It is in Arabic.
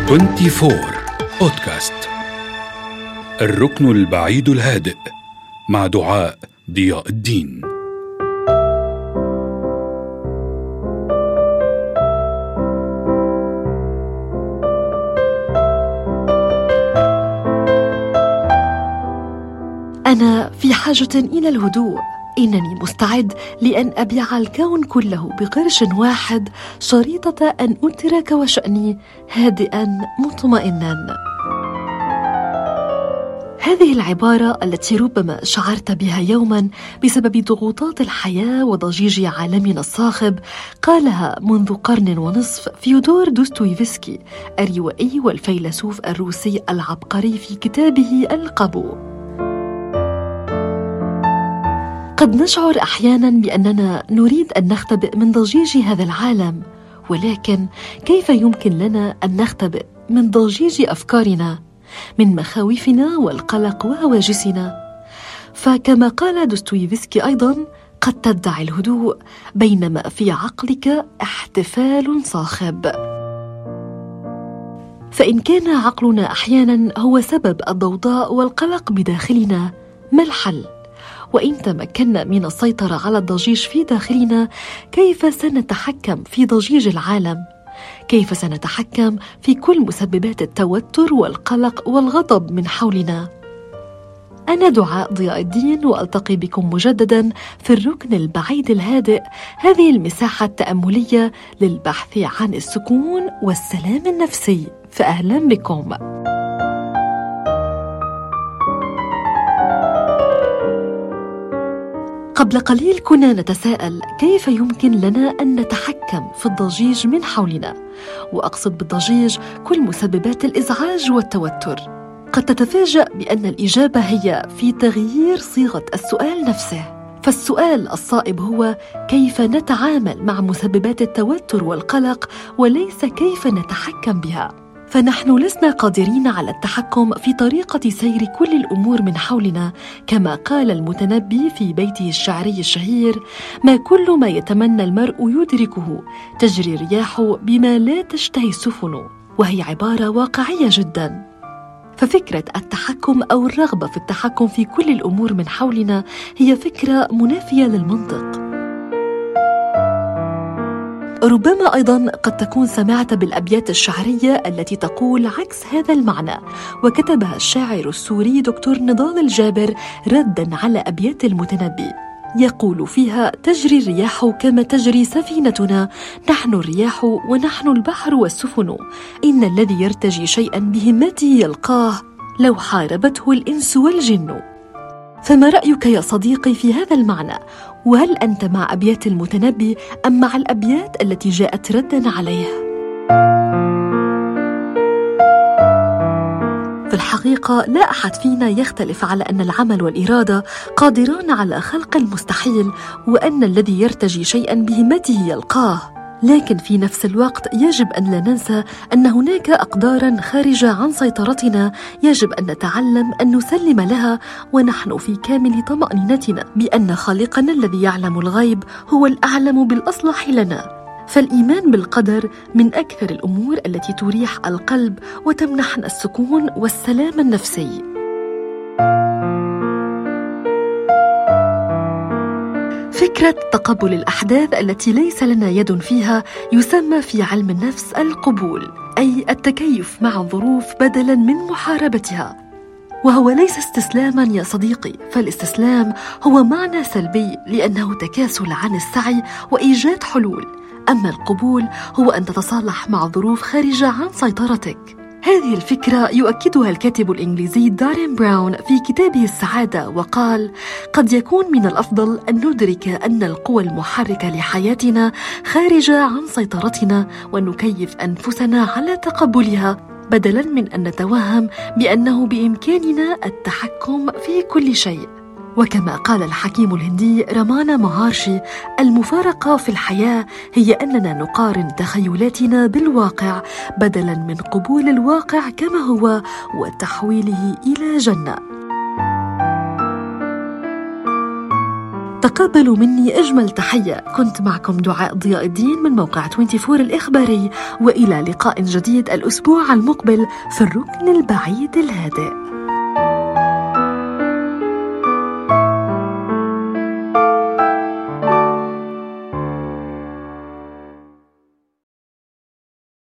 24 بودكاست. الركن البعيد الهادئ مع دعاء ضياء الدين. أنا في حاجة إلى الهدوء. إنني مستعد لأن أبيع الكون كله بقرش واحد شريطة أن أترك وشأني هادئا مطمئنا. هذه العبارة التي ربما شعرت بها يوما بسبب ضغوطات الحياة وضجيج عالمنا الصاخب قالها منذ قرن ونصف فيودور دوستويفسكي الروائي والفيلسوف الروسي العبقري في كتابه القبو. قد نشعر أحيانا بأننا نريد أن نختبئ من ضجيج هذا العالم، ولكن كيف يمكن لنا أن نختبئ من ضجيج أفكارنا، من مخاوفنا والقلق وهواجسنا؟ فكما قال دوستويفسكي أيضا: قد تدعي الهدوء بينما في عقلك احتفال صاخب. فإن كان عقلنا أحيانا هو سبب الضوضاء والقلق بداخلنا، ما الحل؟ وإن تمكنا من السيطرة على الضجيج في داخلنا، كيف سنتحكم في ضجيج العالم؟ كيف سنتحكم في كل مسببات التوتر والقلق والغضب من حولنا؟ أنا دعاء ضياء الدين، وألتقي بكم مجددا في الركن البعيد الهادئ، هذه المساحة التأملية للبحث عن السكون والسلام النفسي. فأهلا بكم. قبل قليل كنا نتساءل كيف يمكن لنا أن نتحكم في الضجيج من حولنا، وأقصد بالضجيج كل مسببات الإزعاج والتوتر. قد تتفاجأ بأن الإجابة هي في تغيير صيغة السؤال نفسه. فالسؤال الصائب هو كيف نتعامل مع مسببات التوتر والقلق، وليس كيف نتحكم بها. فنحن لسنا قادرين على التحكم في طريقة سير كل الأمور من حولنا، كما قال المتنبي في بيته الشعري الشهير: ما كل ما يتمنى المرء يدركه، تجري الرياح بما لا تشتهي السفن. وهي عبارة واقعية جدا. ففكرة التحكم أو الرغبة في التحكم في كل الأمور من حولنا هي فكرة منافية للمنطق. ربما أيضا قد تكون سمعت بالأبيات الشعرية التي تقول عكس هذا المعنى، وكتبها الشاعر السوري دكتور نضال الجابر ردا على أبيات المتنبي. يقول فيها: تجري الرياح كما تجري سفينتنا، نحن الرياح ونحن البحر والسفن، إن الذي يرتجي شيئا بهمته يلقاه، لو حاربته الإنس والجن. فما رأيك يا صديقي في هذا المعنى؟ وهل أنت مع أبيات المتنبي أم مع الأبيات التي جاءت ردا عليه؟ في الحقيقة لا أحد فينا يختلف على أن العمل والإرادة قادران على خلق المستحيل، وأن الذي يرتجي شيئا بهمته يلقاه. لكن في نفس الوقت يجب أن لا ننسى أن هناك أقداراً خارجة عن سيطرتنا يجب أن نتعلم أن نسلم لها، ونحن في كامل طمأنينتنا بأن خالقنا الذي يعلم الغيب هو الأعلم بالأصلح لنا. فالإيمان بالقدر من أكثر الأمور التي تريح القلب وتمنحنا السكون والسلام النفسي. فكرة تقبل الأحداث التي ليس لنا يد فيها يسمى في علم النفس القبول، أي التكيف مع الظروف بدلاً من محاربتها. وهو ليس استسلاماً يا صديقي، فالاستسلام هو معنى سلبي لأنه تكاسل عن السعي وإيجاد حلول. أما القبول هو أن تتصالح مع ظروف خارجة عن سيطرتك. هذه الفكرة يؤكدها الكاتب الإنجليزي دارين براون في كتابه السعادة، وقال: قد يكون من الأفضل أن ندرك أن القوى المحركة لحياتنا خارجة عن سيطرتنا، ونكيف أنفسنا على تقبلها بدلاً من أن نتوهم بأنه بإمكاننا التحكم في كل شيء. وكما قال الحكيم الهندي رامانا مهارشي: المفارقة في الحياة هي أننا نقارن تخيلاتنا بالواقع بدلاً من قبول الواقع كما هو وتحويله إلى جنة. تقبلوا مني أجمل تحية. كنت معكم دعاء ضياء الدين من موقع 24 الإخباري، وإلى لقاء جديد الأسبوع المقبل في الركن البعيد الهادئ.